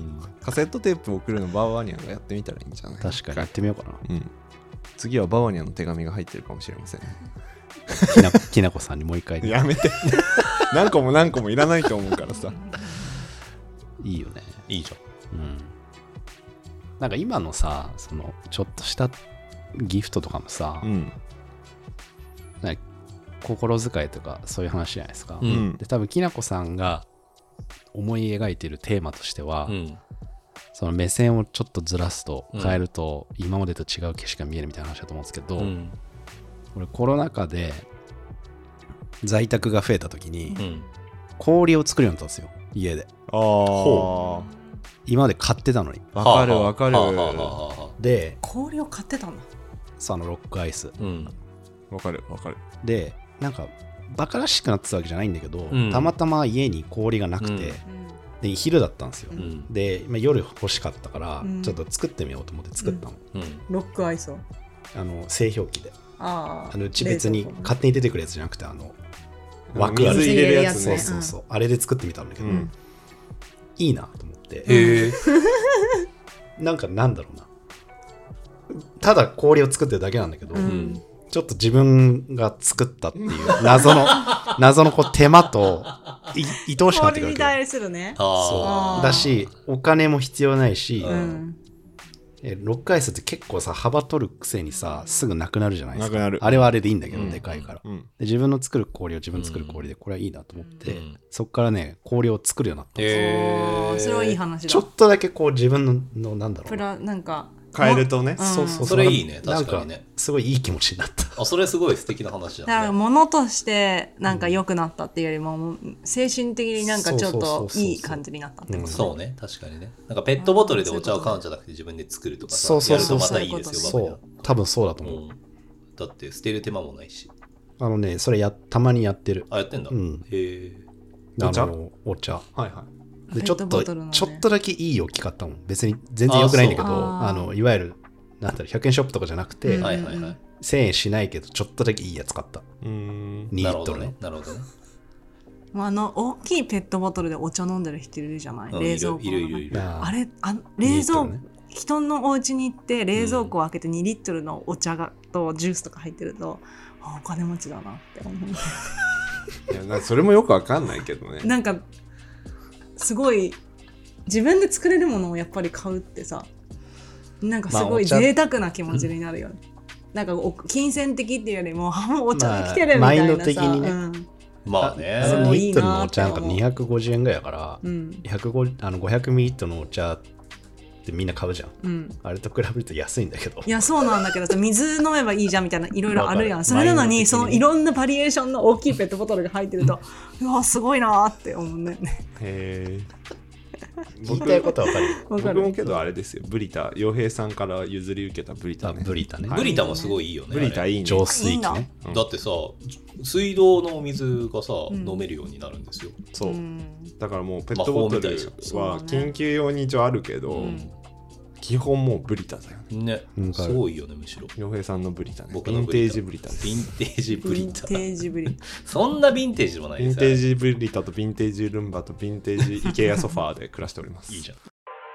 Speaker 1: カセットテープ送るのバーバニャンがやってみたらいいんじゃない？
Speaker 3: 確かにやってみようかな。
Speaker 1: うん、次はバーバニャンの手紙が入ってるかもしれませんね。
Speaker 3: きなきなこさんにもう一回、ね、
Speaker 1: やめて何個も何個もいらないと思うからさ。
Speaker 3: いいよね。
Speaker 2: いいじゃん。
Speaker 3: うん。なんか今のさ、そのちょっとしたギフトとかもさ、
Speaker 1: うん、
Speaker 3: なんか心遣いとかそういう話じゃないですか。
Speaker 2: うん、
Speaker 3: で多分きなこさんが思い描いてるテーマとしては、うん、その目線をちょっとずらすと変えると、うん、今までと違う景色が見えるみたいな話だと思うんですけど、うん、俺コロナ禍で在宅が増えた時に、うん、氷を作るようになったんですよ、家で。
Speaker 1: ああ、
Speaker 3: 今まで買ってたのに。
Speaker 1: わかるわかる。
Speaker 3: で、
Speaker 4: 氷を買ってたの？
Speaker 3: そのロックアイス。
Speaker 1: うん。わかるわかる。
Speaker 3: で、なんかバカらしくなってたわけじゃないんだけど、
Speaker 2: うん、
Speaker 3: たまたま家に氷がなくて、うん、で昼だったんですよ。うん、で、まあ、夜欲しかったから、うん、ちょっと作ってみようと思って作ったの。
Speaker 4: うんうん、ロックアイスを。
Speaker 3: あの製氷機で。
Speaker 4: あ
Speaker 3: あのうち別に勝手に出てくるやつじゃなくて、あの
Speaker 1: 枠ある。水入れるやつね。
Speaker 3: そうそうそう。あれで作ってみたんだけど、うん、いいなと思って。
Speaker 2: へ
Speaker 3: なんかなんだろうな。ただ氷を作ってるだけなんだけど、うん、ちょっと自分が作ったっていう謎の謎のこう手間とい愛おしくなってくるわけ。氷に対
Speaker 4: するね。
Speaker 3: そうだし、お金も必要ないし、うん、えロックアイスって結構さ幅取るくせにさすぐなくなるじゃないですか。
Speaker 1: なくなる。
Speaker 3: あれはあれでいいんだけど、うん、でかいから、
Speaker 1: うん
Speaker 3: で。自分の作る氷を自分作る氷でこれはいいなと思って、うん、そっからね氷を作るようになったんですよ。
Speaker 4: へー、それはいい話だ。
Speaker 3: ちょっとだけこう自分ののなんだろうな。
Speaker 4: プラなんか
Speaker 1: 変えるとね、
Speaker 2: うん、そうそう、それいいね、確かにね。
Speaker 3: すごいいい気持ちになった。
Speaker 2: あ、それすごい素敵な話だね。
Speaker 4: だから物としてなんか良くなったっていうよりも、うん、精神的になんかちょっといい感じになったってこと、ね、
Speaker 2: そうね、確かにね。なんかペットボトルでお茶を買うんじゃなくて自分で作るとかさ、やるとまたいいですよ。
Speaker 3: そうそう、多分そうだと思う、
Speaker 2: うん。だって捨てる手間もないし。
Speaker 3: あのね、それやたまにやってる。
Speaker 2: あ、やってんだ。うん、へえ。
Speaker 3: お茶？お茶。
Speaker 1: はいはい。
Speaker 3: でちょっと、ね、ちょっとだけいい置き方も別に全然良くないんだけど、ああのいわゆるなんだろうひゃくえんショップとかじゃなくて、
Speaker 2: うんはいはいはい、
Speaker 3: せんえんしないけどちょっとだけいいやつ買った。
Speaker 1: うーん、
Speaker 3: にリットルの。
Speaker 2: なるほどね。
Speaker 4: あの大きいペットボトルでお茶飲んでる人いるじゃない、うん、冷蔵庫。
Speaker 2: いるいるいる。
Speaker 4: あれあ冷蔵庫、ね、人のお家に行って冷蔵庫を開けてにリットルのお茶がとジュースとか入ってると、あお金持ちだなって思う。
Speaker 1: いやなんかそれもよくわかんないけどね。
Speaker 4: なんかすごい自分で作れるものをやっぱり買うってさ、なんかすごい贅沢な気持ちになるよね。まあ、なんか金銭的っていうよりもあもうお茶が来てるみたいなさ、まあ、マインド的にね、うん、
Speaker 2: まあね、
Speaker 3: あのにリットルのお茶なんかにひゃくごじゅうえんぐらいだから、うん、ひゃくごじゅうあのごひゃくミリリットルのお茶ってみんな買うじゃん、うん、あれと比べると安いんだけど。
Speaker 4: いやそうなんだけど水飲めばいいじゃんみたいないろいろあるやん。それなのにそのいろんなバリエーションの大きいペットボトルが入ってるとうわすごいなって思うんだよね。
Speaker 1: へー
Speaker 3: 言いたいことは分かる。
Speaker 1: 僕もけどあれですよ、ブリタ洋平さんから譲り受けたブリタね。
Speaker 3: ブリタね、
Speaker 2: ブリタもすごいいいよね。
Speaker 1: ブリタいいね、
Speaker 3: 浄水器ね。
Speaker 2: だってさ水道のお水がさ、うん、飲めるようになるんですよ。
Speaker 1: そう、うん、だからもうペットボトルは緊急用に一応あるけど、うん、基本もうブリタだよ
Speaker 2: ね。ね、すごいよね、むしろ。
Speaker 1: 洋平さんのブリタね。
Speaker 2: 僕
Speaker 1: のヴィンテージブリタ。
Speaker 2: ヴィンテージブリタ。
Speaker 4: ヴィンテージブリタ。
Speaker 2: そんなヴィンテージでもないですよ。
Speaker 1: ヴィンテージブリタとヴィンテージルンバとヴィンテージイケアソファーで暮らしております。
Speaker 2: いいじゃん。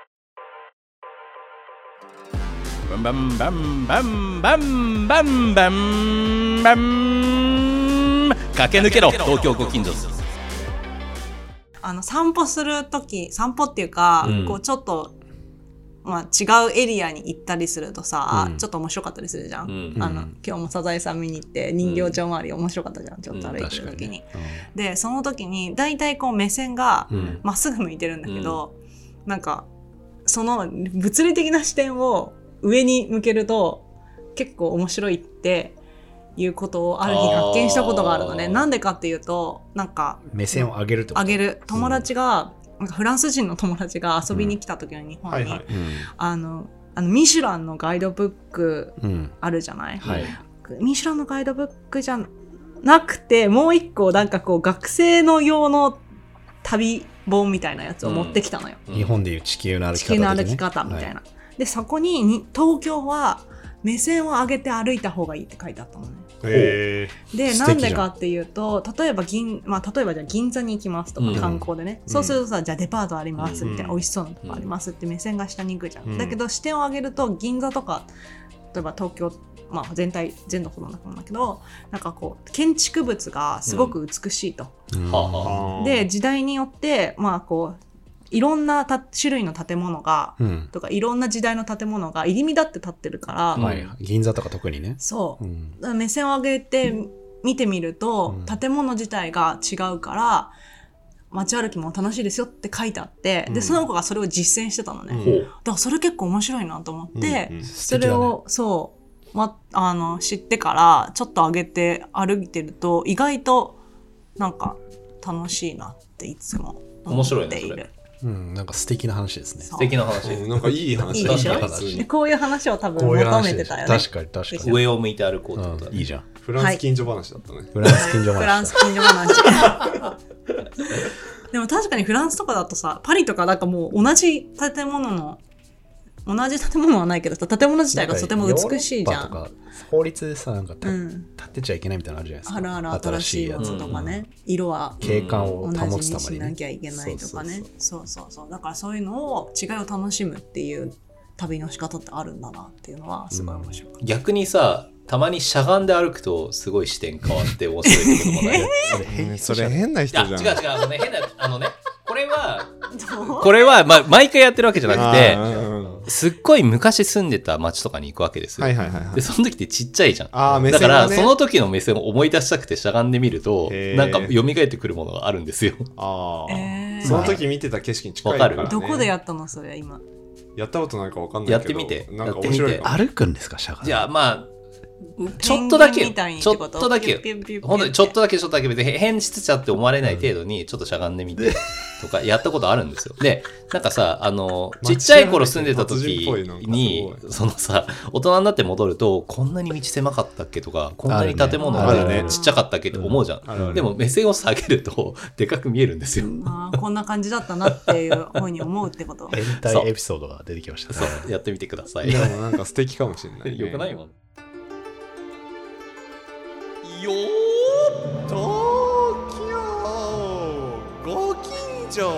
Speaker 2: バンバンバンバンバンバンバン駆け抜けろ東京ご近所。
Speaker 4: あの散歩するとき、散歩っていうか、うん、こうちょっとまあ、違うエリアに行ったりするとさ、うん、ちょっと面白かったりするじゃん、うん、あの今日もサザエさん見に行って人形町周り面白かったじゃん、ちょっと歩いてる時に、うん、でその時にだいたいこう目線がまっすぐ向いてるんだけど、うん、なんかその物理的な視点を上に向けると結構面白いっていうことをある日発見したことがあるのね。なんでかっていうと、なんか
Speaker 3: 目線を上げるってこと？
Speaker 4: 上げる。友達が、うん、なんかフランス人の友達が遊びに来た時の日本に、うんはいはい、あのあのミシュランのガイドブックあるじゃない、うんはい、ミシュランのガイドブックじゃなくてもう一個なんかこう学生の用の旅本みたいなやつを持ってきたのよ、
Speaker 3: うん、日本でいう地球の歩き方、
Speaker 4: ね、地球の歩き方みたいな、はい、でそこにに東京は目線を上げて歩いた方がいいって書いてあったのね。
Speaker 1: へ
Speaker 4: で、
Speaker 3: 素敵じゃん
Speaker 4: なんでかっていうと、例えば銀、まあ、例えばじゃあ銀座に行きますとか、
Speaker 2: うん
Speaker 4: 観光でね、
Speaker 1: うん
Speaker 4: そうするとさ、じゃあデパートありますみたいな、
Speaker 1: うん
Speaker 4: 美味しそうなとこありますって目線が下に行くじゃん。
Speaker 1: うん
Speaker 4: だけど視点を上げると銀座とか、例えば東京、まあ、全体全土ほどなんだけど、なんかこう建築物がすごく美しいと。
Speaker 3: うん
Speaker 2: はあはあ
Speaker 1: ー
Speaker 4: で、時代によってまあこういろんなた種類の建物が、
Speaker 3: うん
Speaker 4: とかいろんな時代の建物が入り乱って建ってるから、
Speaker 2: うん
Speaker 3: はい、銀座とか特にね。
Speaker 4: そう、
Speaker 3: うん
Speaker 4: だから目線を上げて見てみると、
Speaker 3: うん
Speaker 4: 建物自体が違うから街歩きも楽しいですよって書いてあって、
Speaker 1: うん
Speaker 4: でその子がそれを実践してたのね、
Speaker 1: うん
Speaker 2: ほう
Speaker 4: だからそれ結構面白いなと思って、
Speaker 1: うんうん
Speaker 4: それを、そう、ま、あの知ってからちょっと上げて歩いてると意外となんか楽しいなっていつも思っている。
Speaker 2: 面白いねそれ
Speaker 3: うん、なんか素敵な話ですね。
Speaker 4: そう
Speaker 2: 素敵な話、
Speaker 1: うんなんかいい話だ
Speaker 4: いいでしょ
Speaker 1: ね普通に
Speaker 4: でこういう話を多分
Speaker 3: こういう
Speaker 4: 求めて
Speaker 3: 話です
Speaker 4: たよね。
Speaker 3: 確かに確かに。
Speaker 2: 上を向いて歩こうってことだね、
Speaker 3: うんいいじゃん。
Speaker 1: フランス近所話だったね。
Speaker 3: フランス近所話。
Speaker 4: フランス近所話。でも確かにフランスとかだとさ、パリとかなんかもう同じ建物の、同じ建物はないけどさ、建物自体がとても美しいじゃん。
Speaker 3: ヨーロッパとか法律でさ、なんかた
Speaker 4: うん。
Speaker 3: 立てちゃいけないみたいなのあるじゃないですか。
Speaker 4: あるある新しいやつとかね。色は
Speaker 3: 景観を
Speaker 4: 同
Speaker 3: 保つ
Speaker 4: じにし
Speaker 3: ためにね。
Speaker 4: なきゃいけないとかね
Speaker 3: そう。
Speaker 4: そうそうそう。だからそういうのを違いを楽しむっていう旅の仕方ってあるんだなっていうのはすごい面白かった。
Speaker 2: 逆にさたまにしゃがんで歩くとすごい視点変わって面白いってこともない
Speaker 1: うんそれ変ない人
Speaker 2: いや
Speaker 1: じゃん。
Speaker 2: 違う違うあのね変なあのねこれは
Speaker 4: どう
Speaker 2: これは、まあ、毎回やってるわけじゃなく
Speaker 1: あ
Speaker 2: て
Speaker 1: ーうんうん
Speaker 2: すっごい昔住んでた町とかに行くわけですよ、
Speaker 1: はいはいはいはい
Speaker 2: でその時ってちっちゃいじゃん
Speaker 1: あー目
Speaker 2: だか
Speaker 1: 線がね
Speaker 2: らその時の目線を思い出したくてしゃがんでみると
Speaker 1: へー
Speaker 2: なんか蘇ってくるものがあるんですよ
Speaker 1: あー
Speaker 4: えー
Speaker 1: その時見てた景色に近いからね。
Speaker 2: わか
Speaker 4: どこでやったのそれ今。
Speaker 1: やったことないかわかんないけど。
Speaker 2: やってみて
Speaker 1: なんか面白いかも。
Speaker 3: 歩くんですか、シャガ
Speaker 2: じゃあまあちょっとだけ
Speaker 4: ペンギンみたいに
Speaker 2: ちょっとだけ
Speaker 4: ピュンピュンピュンピュンって
Speaker 2: ほんとにちょっとだけちょっとだけ別に変質者って思われない程度にちょっとしゃがんでみてとかやったことあるんですよ。でなんかさあのちっちゃい頃住んでた時
Speaker 1: 達人っぽいなんか
Speaker 2: に
Speaker 1: すごい
Speaker 2: そのさ大人になって戻るとこんなに道狭かったっけとかこんなに建物が
Speaker 1: あるね
Speaker 2: ちっちゃかったっけって思うじゃん。
Speaker 1: あるある
Speaker 2: でも目線を下げるとでかく見えるんですよ。
Speaker 4: あーこんな感じだったなっていうふうに思うってこと。
Speaker 3: 変態エピソードが出てきましたね。
Speaker 2: そうやってみてください。
Speaker 1: でもなんか素敵かもしれない、ね。
Speaker 2: よくないもん。よ
Speaker 1: 東京ご近所。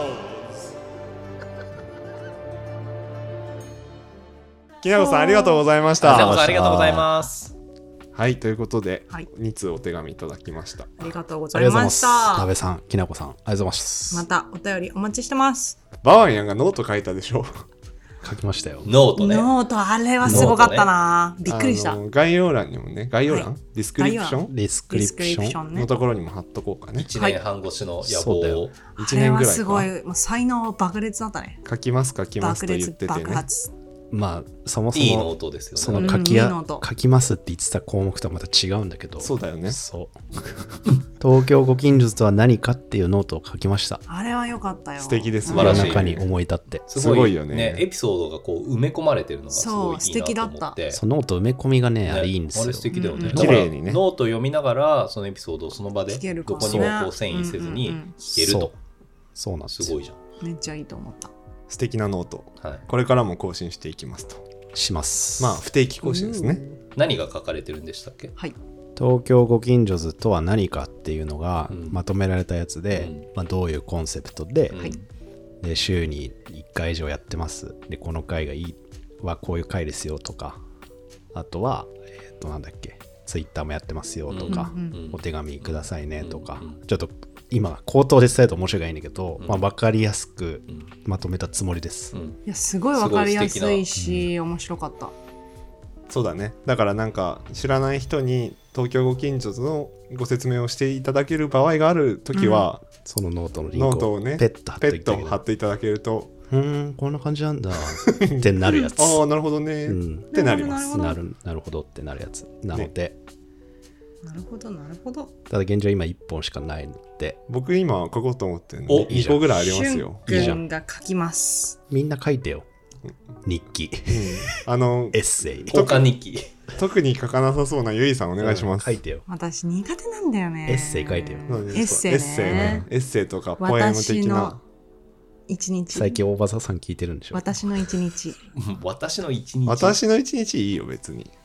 Speaker 1: きなこさんありがとうございまし
Speaker 2: ー。あ
Speaker 1: た。
Speaker 2: ありがとうございます。
Speaker 1: はい、ということで、
Speaker 4: はい
Speaker 1: に通お手紙いただきました。
Speaker 4: ありがとうご
Speaker 3: あ
Speaker 4: ざいまし
Speaker 3: りがとうございます。
Speaker 4: た。
Speaker 3: 田部さん、きなこさん、ありがとうございます。
Speaker 4: またお便りお待ちしてます。
Speaker 1: バワンヤンがノート書いたでしょ。
Speaker 3: 書きましたよ。
Speaker 2: ノートね。
Speaker 4: ノートあれはすごかったな、びっくりした。
Speaker 1: あの概要欄にもね、概要欄、
Speaker 4: はい
Speaker 1: ディスクリプション
Speaker 3: ディスクリプション。
Speaker 4: ョン
Speaker 1: のところにも貼っとこうかね。
Speaker 2: いちねんはん越しの野
Speaker 3: そうだよ
Speaker 2: 望を。
Speaker 1: い
Speaker 4: あれは
Speaker 1: ちねんぐらいか。
Speaker 4: すごい、もう才能爆裂だったね。
Speaker 1: 書きます書きます
Speaker 4: 爆裂
Speaker 1: と言っててね。
Speaker 4: 爆発。
Speaker 3: まあ、そもそ
Speaker 2: いいノー
Speaker 3: も、
Speaker 2: トですよね。
Speaker 3: その書きや、
Speaker 4: うんいいノート
Speaker 3: 書きますって言ってた項目とはまた違うんだけど。
Speaker 1: そうだよね。
Speaker 3: そう。東京ご近所とは何かっていうノートを書きました。
Speaker 4: あれは良かったよ。
Speaker 1: 素敵です
Speaker 2: 素晴らしい
Speaker 3: 夜中に思い立って。
Speaker 2: す
Speaker 1: すごいよね
Speaker 2: エピソードがこう埋め込まれてるのがすごいいいなと思って。
Speaker 4: そう素敵だった
Speaker 3: そのノート埋め込みがね、あれいいんですよ。
Speaker 2: あれ素敵だよね。
Speaker 4: うん
Speaker 2: だから
Speaker 1: 綺麗にね
Speaker 2: ノート読みながらそのエピソードをその場で
Speaker 4: 聞ける
Speaker 2: ど
Speaker 4: からね
Speaker 2: こにもこう遷移せずに
Speaker 4: うんうんうん
Speaker 2: 聞けると。
Speaker 3: そうなんですよ。
Speaker 2: すごいじゃん。
Speaker 4: めっちゃいいと思った。
Speaker 1: 素敵なノート。
Speaker 2: はい。
Speaker 1: これからも更新していきますと。
Speaker 3: します。
Speaker 1: まあ不定期更新ですね。
Speaker 2: 何が書かれてるんでしたっけ？
Speaker 4: はい。
Speaker 3: 東京ご近所図とは何かっていうのが
Speaker 2: うん
Speaker 3: まとめられたやつで、
Speaker 2: うん
Speaker 3: まあ、どういうコンセプトで,、
Speaker 2: はい
Speaker 3: で週にいっかい以上やってますでこの回がいいはこういう回ですよとかあとはえっ、となんだっけツイッターもやってますよとか、
Speaker 4: うん
Speaker 2: うん
Speaker 3: お手紙くださいねとか、
Speaker 2: うん
Speaker 3: ちょっと今口頭で伝えると面白いんだけど、
Speaker 2: うん
Speaker 3: まあ、分かりやすく
Speaker 2: うん
Speaker 3: まとめたつもりです、
Speaker 2: うん
Speaker 4: いや、すごいわかりやすいし、面白かった。
Speaker 1: そうだね。だからなんか知らない人に東京ご近所のご説明をしていただける場合があるときは、
Speaker 3: そのノートのリンクを
Speaker 1: ノートをね、
Speaker 3: ペット貼っ
Speaker 1: ペット
Speaker 3: といてあげる
Speaker 1: 貼っていただけると、
Speaker 3: うーんこんな感じなんだってなるやつ
Speaker 1: ああ、なるほどね、
Speaker 3: うん
Speaker 1: ってなります。
Speaker 3: なるなるほどってなるやつなので、
Speaker 4: なるほど、なるほど。
Speaker 3: ただ現状今いっぽんしかないので
Speaker 1: 僕今書こうと思ってるの
Speaker 2: お
Speaker 1: ににこぐらいありますよ。
Speaker 3: いいじゃん
Speaker 4: しゅんが書きます。
Speaker 3: みんな書いてよ日記
Speaker 1: うん、あの
Speaker 3: エッセイ
Speaker 2: 交換日記。
Speaker 1: 特に書かなさそうなゆいさんお願いします。
Speaker 3: 書いてよ
Speaker 4: 私苦手なんだよね。
Speaker 3: エッセイ書いてよ
Speaker 1: そうです
Speaker 4: エッセイね
Speaker 1: エッセイね。エッセイとかポエム的な
Speaker 4: 私の。一日。
Speaker 3: 最近大場さん聞いてるんでしょ
Speaker 4: 私の一日。
Speaker 2: 私の一日。
Speaker 1: 私の一日いいよ別に。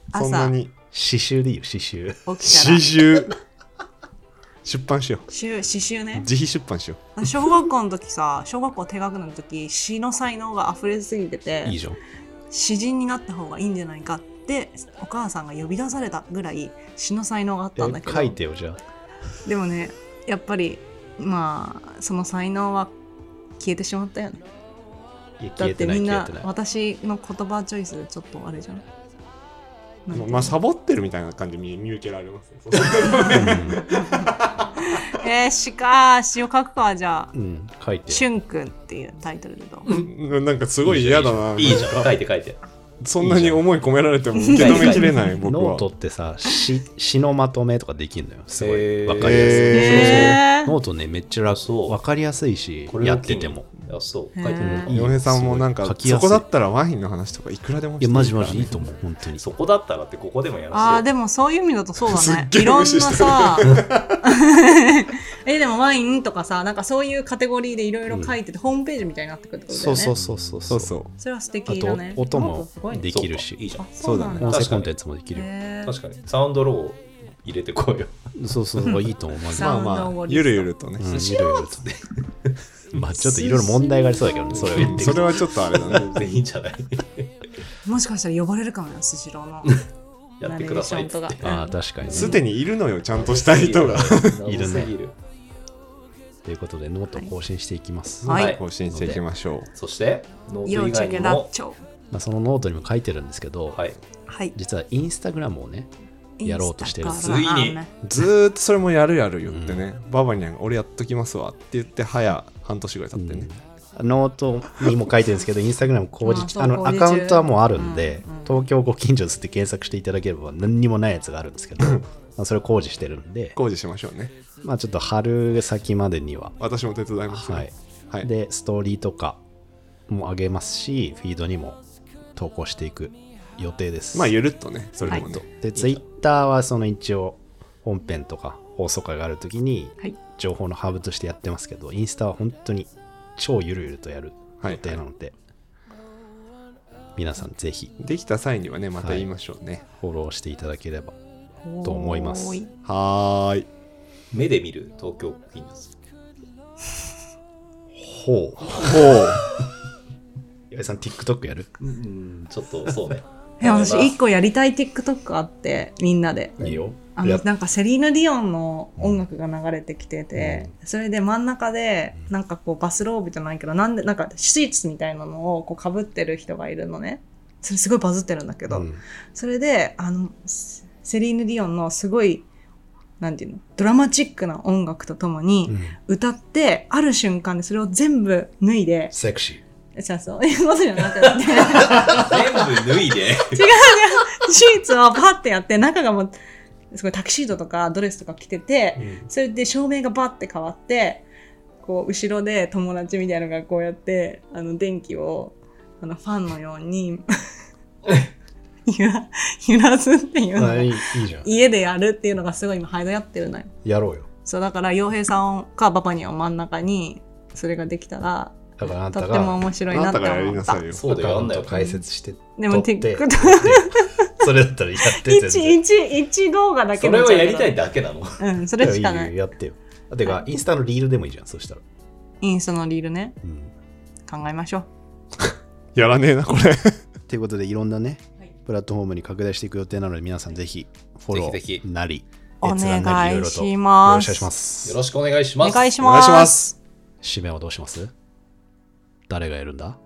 Speaker 1: そんなに
Speaker 3: 刺繍でいいよ、刺繍。
Speaker 4: 起きた
Speaker 1: 刺
Speaker 4: ら
Speaker 1: 繍出版しよう。
Speaker 4: 詩刺繍ね。
Speaker 1: 自費出版しよ
Speaker 4: 小学校の時さ、小学校低学年の時、詩の才能が溢れすぎてて、
Speaker 3: いいじゃん。
Speaker 4: 詩人になった方がいいんじゃないかってお母さんが呼び出されたぐらい詩の才能があったんだけど、
Speaker 3: 書いてよ、じゃあ。
Speaker 4: でもね、やっぱりまあその才能は消えてしまったよね。
Speaker 3: いや
Speaker 4: だ
Speaker 3: 消えてない、
Speaker 4: ってみんな
Speaker 3: 消えてない。
Speaker 4: 私の言葉チョイスちょっとあれじゃん。
Speaker 1: う。ままあサボってるみたいな感じで見見受けられますね。
Speaker 4: えー、詩か、詩を書くか、じゃあ。
Speaker 3: うん、書いて
Speaker 4: しゅんくんっていうタイトルでどう？
Speaker 1: うんなんかすごい嫌だな。
Speaker 2: いいじゃん、書いて書いて。
Speaker 1: そんなに思い込められても受け止めきれない僕は
Speaker 3: ノート。ってさ、詩詩のまとめとかできるのよ。すご
Speaker 2: へー
Speaker 3: いわかりやすい。
Speaker 4: へー
Speaker 3: ノートね、めっちゃ楽、
Speaker 2: そう
Speaker 3: わかりやすいし
Speaker 2: こ、れを機に
Speaker 3: やってても。
Speaker 2: いや、そう、
Speaker 4: へー
Speaker 2: 書いても
Speaker 3: いい
Speaker 1: 洋平さんもなんかそ
Speaker 3: すごい書きやすい
Speaker 1: こだったらワインの話とかいくらでも
Speaker 3: いや、マジマ
Speaker 1: していいからね
Speaker 3: ジいいと思う、本当に。
Speaker 2: そこだったらってここでもやらせて。
Speaker 4: ああ、でもそういう意味だとそう
Speaker 1: すっ
Speaker 4: だね。
Speaker 1: げえ
Speaker 4: いろんな
Speaker 1: 無視してる
Speaker 4: さ、え、でもワインとかさ、なんかそういうカテゴリーでいろいろ書いてて、ホームページみたいになってくるってことだよね。
Speaker 3: そうそうそうそう。
Speaker 1: そうそう。
Speaker 4: それは素
Speaker 3: あ
Speaker 4: 敵だね。
Speaker 3: と、音も
Speaker 4: すごいね
Speaker 3: できるし
Speaker 2: そうかいいじゃん。
Speaker 4: そうなんだ。
Speaker 3: 音声コンテンツもできるよ。
Speaker 4: へー
Speaker 2: 確かに。サウンドロゴ入れてこうよ。
Speaker 3: そうそう、いいと思う、マジで。
Speaker 4: サウンド
Speaker 1: まあまあ
Speaker 4: ゴリスト
Speaker 1: ゆるゆるとね。
Speaker 3: うん、いろいろとね。まあちょっといろいろ問題がありそうだけどね、それを言ってくる
Speaker 1: それはちょっとあれだね。
Speaker 2: 全然いいんじゃない
Speaker 4: もしかしたら呼ばれるかもよ、スシローの。
Speaker 2: やってくださいっつって
Speaker 4: ナレーションとか
Speaker 3: ああ、確かにね。
Speaker 1: すでにいるのよ、ちゃんとした人が。
Speaker 3: いるね
Speaker 2: 謎すぎる
Speaker 3: ということで、ノート更新していきます。
Speaker 4: はい
Speaker 2: はい
Speaker 1: 更新していきましょう。
Speaker 2: そして、ノート以
Speaker 4: 色チェケ
Speaker 2: 外にも、
Speaker 4: ラッチョ。
Speaker 3: まあ、そのノートにも書いてるんですけど、
Speaker 2: はい。
Speaker 4: はい。
Speaker 3: 実はインスタグラムをね、やろうとしてるんです
Speaker 2: ついに
Speaker 1: ずーっとそれもやるやる言ってね、ババニャンが俺やっときますわって言って早半年ぐらい経ってね、
Speaker 3: ノートにも書いてるんですけど、インスタグラム工事
Speaker 4: まあ
Speaker 3: あのア
Speaker 4: そう工事中
Speaker 3: カウントはもうあるんで、
Speaker 4: うんうん
Speaker 3: 東京ご近所図って検索していただければ何にもないやつがあるんですけど、まあそれを工事してるんで、
Speaker 1: 工事しましょうね。
Speaker 3: まあちょっと春先までには、
Speaker 1: 私も手伝いますよ。
Speaker 3: はい。
Speaker 1: はい、
Speaker 3: で、ストーリーとかも上げますし、フィードにも投稿していく予定です。
Speaker 1: まあゆるっとね、それでもね、
Speaker 4: は
Speaker 3: で、ツイッターはその一応本編とか放送回があるときに
Speaker 4: はい。
Speaker 3: 情報のハブとしてやってますけど、インスタは本当に超ゆるゆるとやる
Speaker 1: はい
Speaker 3: 予定なので、皆さんぜひ
Speaker 1: できた際にはねまた言いましょうね。
Speaker 3: フォローしていただければと思います
Speaker 4: おーい
Speaker 1: はーい。
Speaker 2: 目で見る東京近所図。
Speaker 3: ほう
Speaker 1: ほう。
Speaker 3: 岩井さん TikTok やる？
Speaker 2: うん、ちょっとそうね。
Speaker 4: いや、私一個やりたい TikTok あって、みんなで。
Speaker 3: いいよ。
Speaker 4: あの、
Speaker 3: やっ
Speaker 4: なんかセリーヌ・ディオンの音楽が流れてきてて、それで真ん中で、なんかこうバスローブじゃないけど、なんで、なんかシーツみたいなのをこう被ってる人がいるのね。それすごいバズってるんだけど、
Speaker 3: うん
Speaker 4: それで、あの、セセリーヌ・ディオンのすごい、なんていうの、ドラマチックな音楽とともに
Speaker 3: うん
Speaker 4: 歌って、ある瞬間でそれを全部脱いで、
Speaker 3: セクシー。
Speaker 4: じゃあそういうことじゃなくて、
Speaker 2: 全部脱いで。
Speaker 4: 違う違う。シーツをパッてやって、中がもう、すごいタキシードとかドレスとか着てて、それで照明がバッて変わって、こう、後ろで友達みたいなのがこうやって、あの、電気を、あの、ファンのように、揺ら、揺らすっていうのを
Speaker 3: あいいいいじゃん。
Speaker 4: 家でやるっていうのがすごい今、流行ってるのよ。
Speaker 3: やろうよ。
Speaker 4: そう、だから、洋平さんかパパには真ん中に、それができたら、
Speaker 3: だからあな
Speaker 4: とっても
Speaker 3: たが
Speaker 4: 面白い
Speaker 1: あなたがや
Speaker 4: なって思った。
Speaker 1: りなさいよ。
Speaker 2: そうだよ、やんなよ。
Speaker 3: 解説して
Speaker 4: でも、
Speaker 3: 撮って
Speaker 4: TikTok、
Speaker 3: それだったらやって全
Speaker 4: 一、
Speaker 3: 然。
Speaker 4: 一、一動画だけ
Speaker 2: それをやりたい
Speaker 4: い。
Speaker 2: だけなの。
Speaker 4: うん、それしかない
Speaker 3: いやいいよ。やってよ。あてか、インスタのリールでもいいじゃん、そしたら。
Speaker 4: インスタのリールね、
Speaker 3: うん
Speaker 4: 考えましょう。
Speaker 1: やらねえなこれ。
Speaker 3: ということで、いろんなね、プラットフォームに拡大していく予定なので、皆さんぜひフォロ
Speaker 2: ぜひぜ
Speaker 3: ーなり、
Speaker 4: お
Speaker 3: 閲覧なりいろいろと
Speaker 4: 願いします
Speaker 3: よろしくお願いします。
Speaker 2: よろしくお願いします。
Speaker 4: お願いし
Speaker 1: お願い
Speaker 4: ます。
Speaker 1: します。
Speaker 3: 締めはどうします誰がやるんだ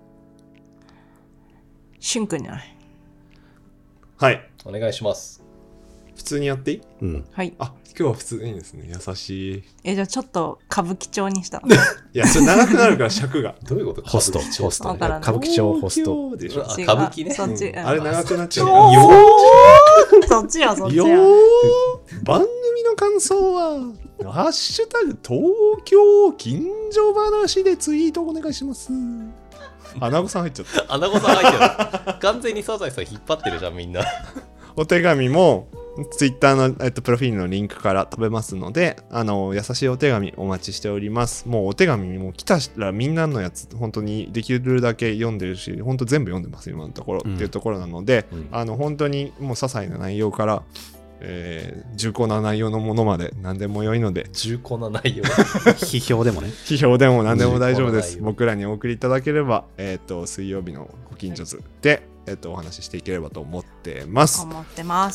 Speaker 4: しゅんくんじゃない。
Speaker 1: はい。
Speaker 2: お願いします。
Speaker 1: 普通にやっていい？
Speaker 3: うん。
Speaker 4: はい。
Speaker 1: あ、今日は普通にいいですね。優しい。い
Speaker 4: え、じゃあちょっと歌舞伎町にしたら。
Speaker 1: や、それ長くなるから尺が。
Speaker 2: どういうこと
Speaker 3: ホスト、
Speaker 2: 歌舞伎町
Speaker 3: ホストね。
Speaker 4: わからない
Speaker 3: 歌舞伎町ホスト。
Speaker 1: 東京でしょ。
Speaker 2: あ
Speaker 4: 違う
Speaker 2: 歌舞伎ね
Speaker 4: そっち。
Speaker 1: うんあれ長くなっちゃう。
Speaker 4: お
Speaker 1: よ
Speaker 4: ーそっちよ、そっち
Speaker 1: よ
Speaker 4: よ。
Speaker 1: ー番組の感想は、ハッシュタグ東京近所話でツイートお願いします。あ、なごさん入っちゃった。
Speaker 2: アナゴさん入ってる。完全にサザエさん引っ張ってるじゃん、みんな。
Speaker 1: お手紙もツイッターの、えっと、プロフィールのリンクから飛べますので、あの優しいお手紙お待ちしております。もうお手紙も来たらみんなのやつ本当にできるだけ読んでるし、本当全部読んでます今のところ、うん、っていうところなので、うん、あの本当にもう些細な内容から、えー、重厚な内容のものまで何でも良いので、
Speaker 2: 重厚な内容
Speaker 3: 批評でもね
Speaker 1: 批評でも何でも大丈夫です。僕らにお送りいただければ、えー、と水曜日のご近所図で、えー、とお話ししていければと思ってます
Speaker 4: 思ってます。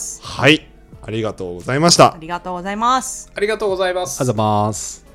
Speaker 1: はい、ありがとうございました。
Speaker 4: ありがとうございます。
Speaker 2: ありがとうございます。
Speaker 3: ありがとうございます。